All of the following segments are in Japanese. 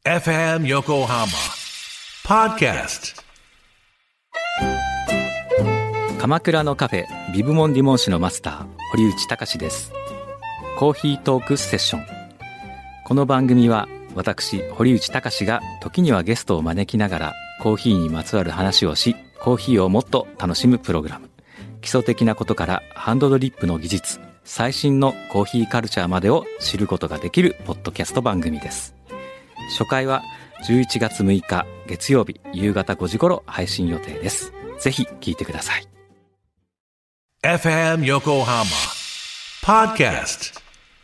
FM Yokohama Podcast。 鎌倉のカフェビブモンディモン市のマスター堀内隆です。コーヒートークセッション。この番組は私堀内隆が時にはゲストを招きながらコーヒーにまつわる話をし、コーヒーをもっと楽しむプログラム。基礎的なことからハンドドリップの技術、最新のコーヒーカルチャーまでを知ることができるポッドキャスト番組です。初回は11月6日月曜日夕方5時頃配信予定です。ぜひ聞いてください。 FM Yokohama Podcast。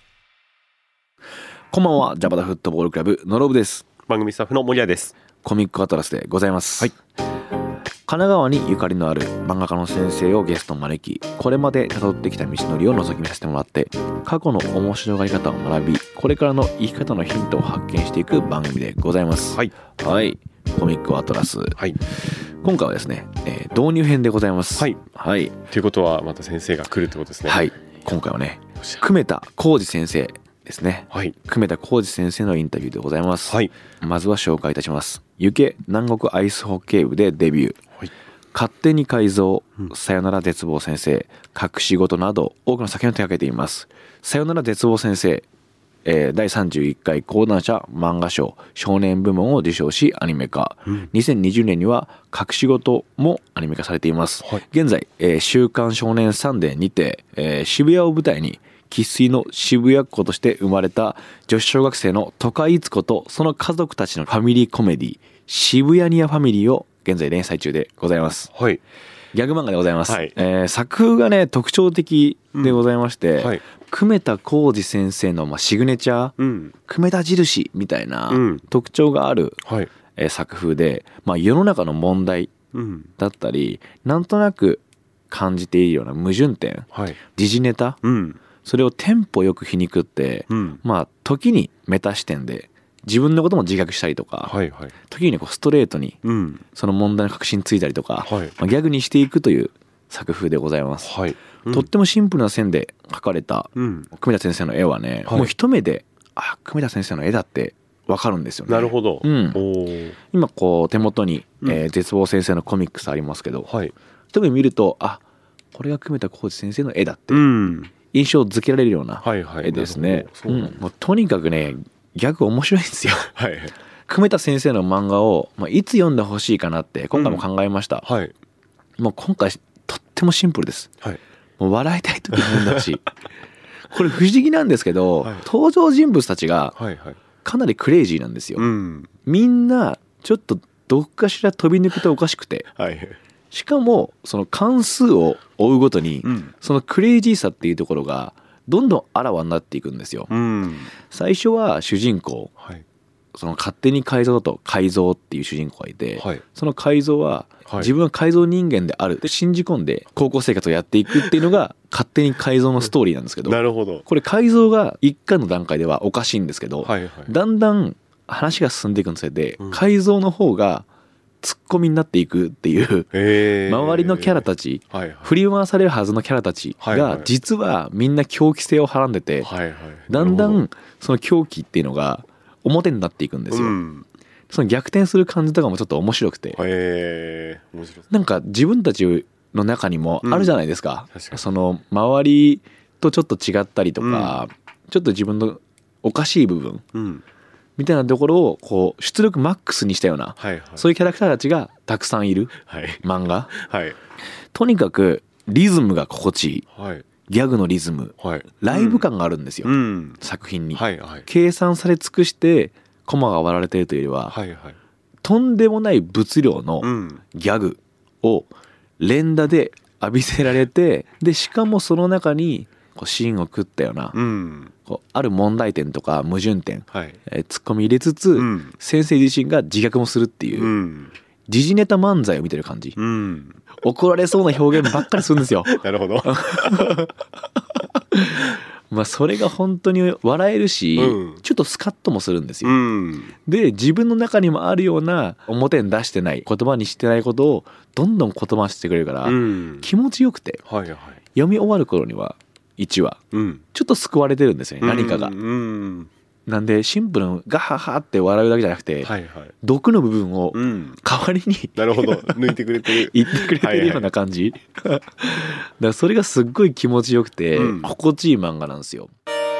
こんばんは。ジャパダフットボールクラブのロブです。 番組スタッフの森谷です。 コミックアトラスでございます。 はい。 神奈川にゆかりのある漫画家の先生をゲストに招き、これまで辿ってきた道のりを覗き見させてもらって、過去の面白がり方を学び、これからの生き方のヒントを発見していく番組でございます。 はい。 はい。コミックアトラス。 はい。 今回はですね、導入編でございます。 はい。 はい。 ということはまた先生が来るってことですね。 はい。今回はね、久米田浩二先生ですね。 はい。 久米田浩二先生のインタビューでございます。 はい。 まずは紹介いたします。湯気南国アイスホッケー部でデビュー。 はい。 勝手に改造、さよなら絶望先生、隠し事など多くの作品を手掛けています。さよなら絶望先生、第31回講談社漫画賞少年部門を受賞しアニメ化、2020年には隠し事もアニメ化されています。 はい。 現在、週刊少年サンデーにて、渋谷を舞台に生粋の渋谷っ子として生まれた女子小学生の都会いつことその家族たちのファミリーコメディ渋谷ニアファミリーを現在連載中でございます。 はい。 ギャグ漫画でございます。 はい。 作風がね特徴的でございまして、 はい。 久米田浩二先生のシグネチャー、久米田印みたいな特徴がある、 はい。 作風で、世の中の問題だったり、なんとなく感じているような矛盾点、 はい。 時事ネタ、それをテンポよく皮肉って、時にメタ視点で自分のことも自覚したりとか、 はい。はい。 時にストレートにその問題の核心ついたりとか、 はい。 ギャグにしていくという作風でございます。 はい。 とってもシンプルな線で描かれた久米田先生の絵はね、もう一目で久米田先生の絵だって分かるんですよね。 なるほど。 今手元に、絶望先生のコミックスありますけど、 はい。 一目見るとこれが久米田浩二先生の絵だって印象づけられるような絵ですね。もうとにかくねギャグ面白いんですよ。 はい。 久米田先生の漫画を、いつ読んでほしいかなって今回も考えました。 はい。 もう今回とってもシンプルです。 はい。 もう笑いたい時に読んでほしい。これ不思議なんですけど、登場人物たちがかなりクレイジーなんですよ。みんなちょっとどっかしら飛び抜けておかしくて、しかもその関数を追うごとに、そのクレイジーさっていうところがどんどんあらわになっていくんですよ。最初は主人公、その勝手に改造だと改造っていう主人公がいて、その改造は自分は改造人間であるって信じ込んで高校生活をやっていくっていうのが勝手に改造のストーリーなんですけど、 なるほど。 これ改造が一巻の段階ではおかしいんですけど、だんだん話が進んでいくにつれて、改造の方がツッコミになっていくっていう、周りのキャラたち、振り回されるはずのキャラたちが実はみんな狂気性をはらんでて、だんだんその狂気っていうのが表になっていくんですよ。その逆転する感じとかもちょっと面白くて、 面白い。 なんか自分たちの中にもあるじゃないですか。その周りとちょっと違ったりとか、ちょっと自分のおかしい部分、みたいなところを出力マックスにしたような、そういうキャラクターたちがたくさんいる漫画、とにかくリズムが心地いい、ギャグのリズム、ライブ感があるんですよ、作品に、計算され尽くしてコマが割られているというよりは、とんでもない物量のギャグを連打で浴びせられて、でしかもその中に芯を食ったような、ある問題点とか矛盾点、ツッコミ入れつつ、先生自身が自虐もするっていう、時事ネタ漫才を見てる感じ、怒られそうな表現ばっかりするんですよ。 なるほど。 それが本当に笑えるし、ちょっとスカッともするんですよ。で自分の中にもあるような表に出してない言葉にしてないことをどんどん言葉してくれるから、気持ちよくて、読み終わる頃には1話、ちょっと救われてるんですよね、何かが。 なんでシンプルにガハハって笑うだけじゃなくて、 はいはい、 毒の部分を代わりに、 なるほど、抜いてくれてる言ってくれてるような感じだからそれがすっごい気持ちよくて、心地いい漫画なんですよ。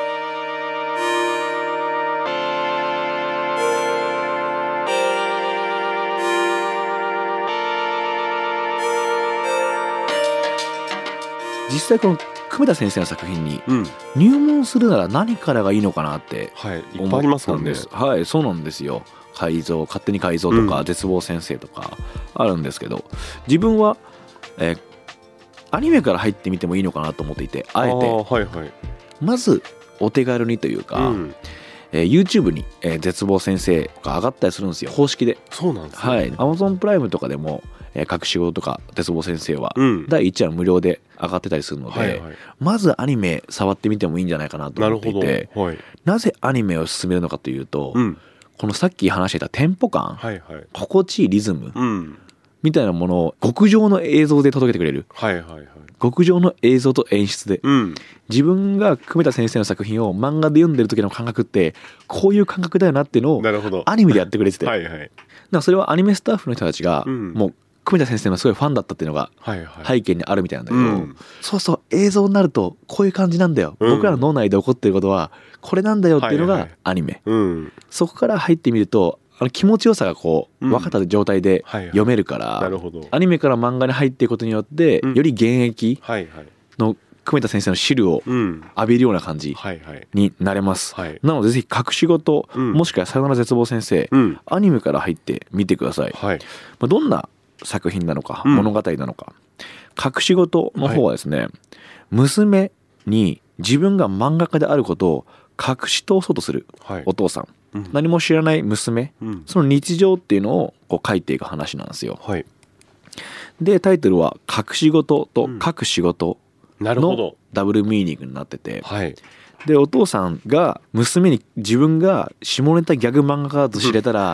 実際この久米田先生の作品に入門するなら何からがいいのかなっていっぱいありますもんね。 はい、そうなんですよ。改造、勝手に改造とか、絶望先生とかあるんですけど、自分は、アニメから入ってみてもいいのかなと思っていて、あえて、 はいはい、 まずお手軽にというか、YouTube に、絶望先生が上がったりするんですよ、公式で。 そうなんですね。 はい、Amazon プライムとかでも隠し子とか絶望先生は第1話無料で上がってたりするので、まずアニメ触ってみてもいいんじゃないかなと思っていて、なぜアニメを進めるのかというと、このさっき話していたテンポ感、心地いいリズムみたいなものを極上の映像で届けてくれる、極上の映像と演出で、自分が久米田先生の作品を漫画で読んでる時の感覚ってこういう感覚だよなっていうのをアニメでやってくれててだからそれはアニメスタッフの人たちがもう久米田先生のすごいファンだったっていうのが背景にあるみたいなんだけど、そうそう、映像になるとこういう感じなんだよ、僕らの脳内で起こってることはこれなんだよっていうのがアニメ、そこから入ってみると気持ちよさがこう分かった状態で読めるから、アニメから漫画に入っていくことによってより現役の久米田先生の汁を浴びるような感じになれます。なのでぜひ隠し事、もしくはさよなら絶望先生、アニメから入ってみてください。どんな作品なのか、物語なのか。隠し事の方はですね、娘に自分が漫画家であることを隠し通そうとするお父さん、何も知らない娘、その日常っていうのをこう書いていく話なんですよ。でタイトルは隠し事と書く仕事のダブルミーニングになってて、でお父さんが娘に自分が下ネタギャグ漫画家だと知れたら、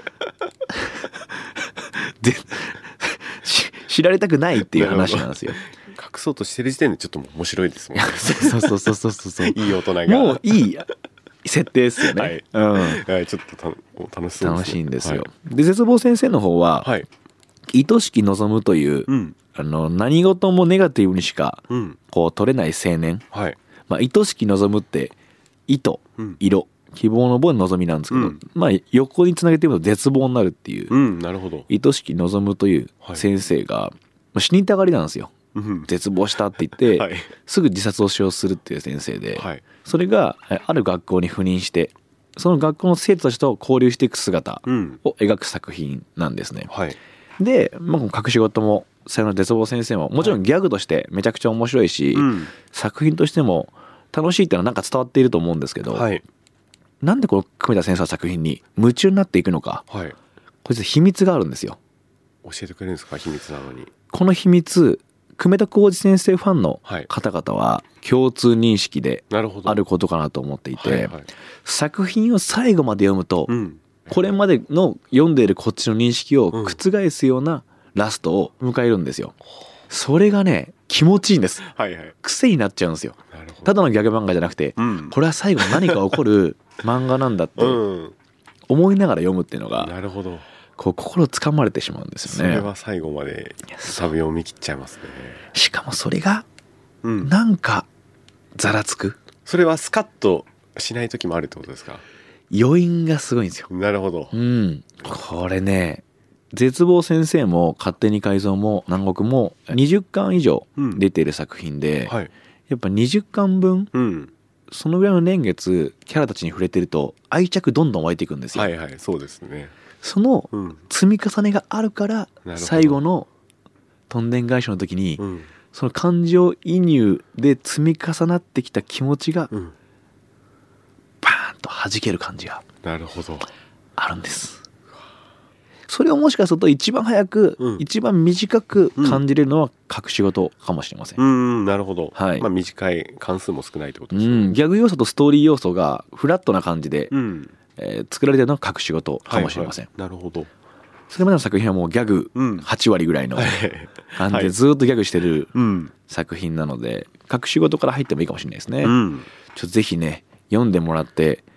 知られたくないっていう話なんですよ。 隠そうとしてる時点でちょっともう面白いですもんね。 そういい大人がもういい設定ですよね。 ちょっと楽しそうですね。 楽しいんですよ。で絶望先生の方は、愛しき望むという、何事もネガティブにしかこう取れない青年、愛しき望むって意図、色、希望の棒の望みなんですけど、横につなげてみると絶望になるっていう、愛しき望むという先生が死にたがりなんですよ。絶望したって言って、すぐ自殺をしようとするっていう先生で、それがある学校に赴任してその学校の生徒たちと交流していく姿を描く作品なんですね。で、隠し事もさよなら絶望先生ももちろんギャグとしてめちゃくちゃ面白いし、作品としても楽しいっていうのはなんか伝わっていると思うんですけど、なんでこの久米田先生の作品に夢中になっていくのか、これ秘密があるんですよ。 教えてくれるんですか、秘密なのに。 この秘密、久米田浩二先生ファンの方々は共通認識であることかなと思っていて、作品を最後まで読むと、これまでの読んでいるこっちの認識を覆すようなラストを迎えるんですよ。それがね気持ちいいんです。癖になっちゃうんですよ。ただのギャグ漫画じゃなくて、これは最後何か起こる漫画なんだって思いながら読むっていうのが、こう心をつかまれてしまうんですよね。 それは最後までサビを見切っちゃいますね。 しかもそれがなんかざらつく、 それはスカッとしない時もあるってことですか。 余韻がすごいんですよ。 なるほど。 これね、絶望先生も勝手に改造も南国も20巻以上出ている作品で、やっぱ20巻分、そのぐらいの年月キャラたちに触れてると愛着どんどん湧いていくんですよ。 そうですね。 その積み重ねがあるから、最後のとんでん返しの時に、その感情移入で積み重なってきた気持ちがバーンと弾ける感じがあるんです。それをもしかすると一番早く、一番短く感じれるのは隠し事かもしれません。 なるほど。短い関数も少ないってことですね。 ギャグ要素とストーリー要素がフラットな感じで、作られてるのは隠し事かもしれません。 なるほど。 それまでの作品はもうギャグ8割ぐらいの感じでずっとギャグしてる作品なので、隠し事から入ってもいいかもしれないですね。ちょっとぜひね読んでもらって、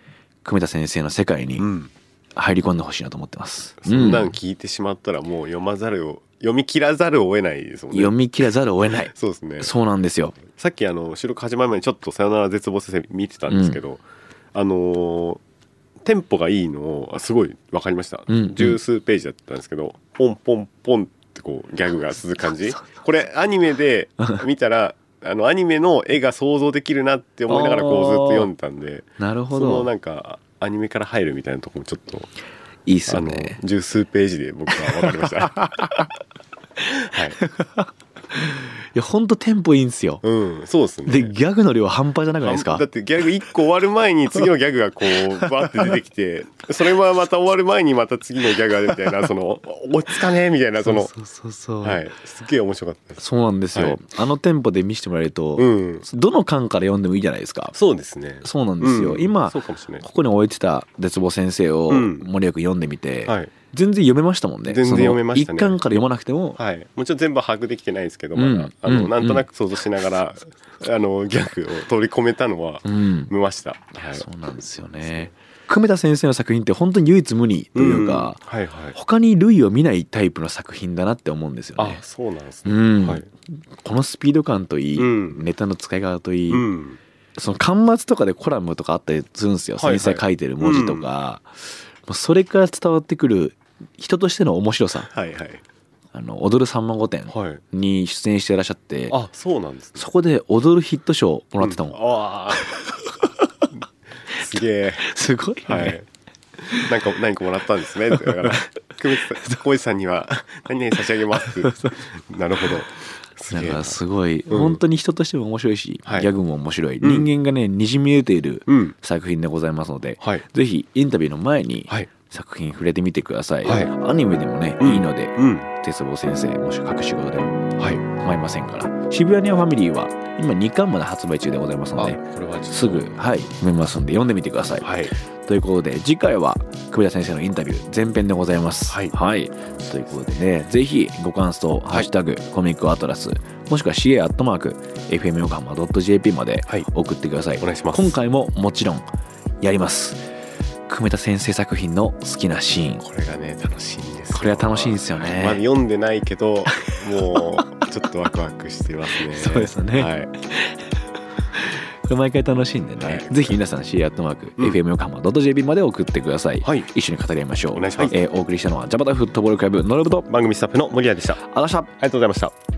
久米田先生の世界に入り込んでほしいなと思ってます、 そんなん聞いてしまったらもう読み切らざるを得ないですもんね。 読み切らざるを得ないそうですね。 そうなんですよ。 さっき収録始まる前にちょっとさよなら絶望先生見てたんですけど、テンポがいいのをすごい分かりました、十数ページだったんですけど、ポンポンポンってこうギャグが続く感じこれアニメで見たらアニメの絵が想像できるなって思いながらこうずっと読んでたんで、 なるほど、 そのなんかアニメから入るみたいなところもちょっといいっすよね。 十数ページで僕は分かりましたはいいやほんとテンポいいんですよ。 そうですね。 でギャグの量半端じゃなくないですか。 だってギャグ1個終わる前に次のギャグがこうバーって出てきてそれはまた終わる前にまた次のギャグが出るみたいな、その落ち着かねえみたいな、そのそうはい、すっげえ面白かったです。 そうなんですよ、はい、あのテンポで見せてもらえると、どの巻から読んでもいいじゃないですか。 そうですね。 そうなんですよ、今そうかもしれない。 ここに置いてた絶望先生を森谷君読んでみて、 はい、 全然読めましたもんね。 全然読めましたね。 一巻から読まなくても、 はい、もちろん全部把握できてないですけど、まだなんとなく想像しながらギャグを取り込めたのは見ました、はい、 そうなんですよね。久米田先生の作品って本当に唯一無二というか、 はいはい、他に類を見ないタイプの作品だなって思うんですよね。 あ、そうなんですね、はい、 このスピード感といい、ネタの使い方といい、その巻末とかでコラムとかあったりするんですよ、先生書いてる文字とか、それから伝わってくる人としての面白さ、はいはい、踊るさんま御殿に出演していらっしゃって、 あ、そうなんですね。 そこで踊るヒット賞もらってたもん、 あすげえすごいね、はい、 何かもらったんですね。だから久米浩二さんには何々差し上げますなるほど。 だからすごい、本当に人としても面白いし、ギャグも面白い、人間がねにじみ出ている作品でございますので、ぜひインタビューの前に作品触れてみてください、アニメでもねいいので、絶望先生もしくは各仕事でも構いませんから。渋谷ニアファミリーは今2巻まで発売中でございますので、 これはすぐ読めますので読んでみてください、ということで次回は久米田先生のインタビュー前編でございます、ということでね、ぜひご感想ハッシュタグコミックアトラスもしくは ca@fm 横浜 .jp まで送ってください、 お願いします。 今回ももちろんやります。久米田先生作品の好きなシーン、 これがね楽しいんですよ。 これは楽しいんですよね。 まだ読んでないけどもうちょっとワクワクしてますねそうですね、はい、これ毎回楽しいんでね、ぜひ皆さん ca@fm 横浜 .jp まで送ってください、一緒に語り合いましょう。 お願いします。 お送りしたのはジャパタフットボールクラブのロブと番組スタッフの森谷でした。 ありがとうございました。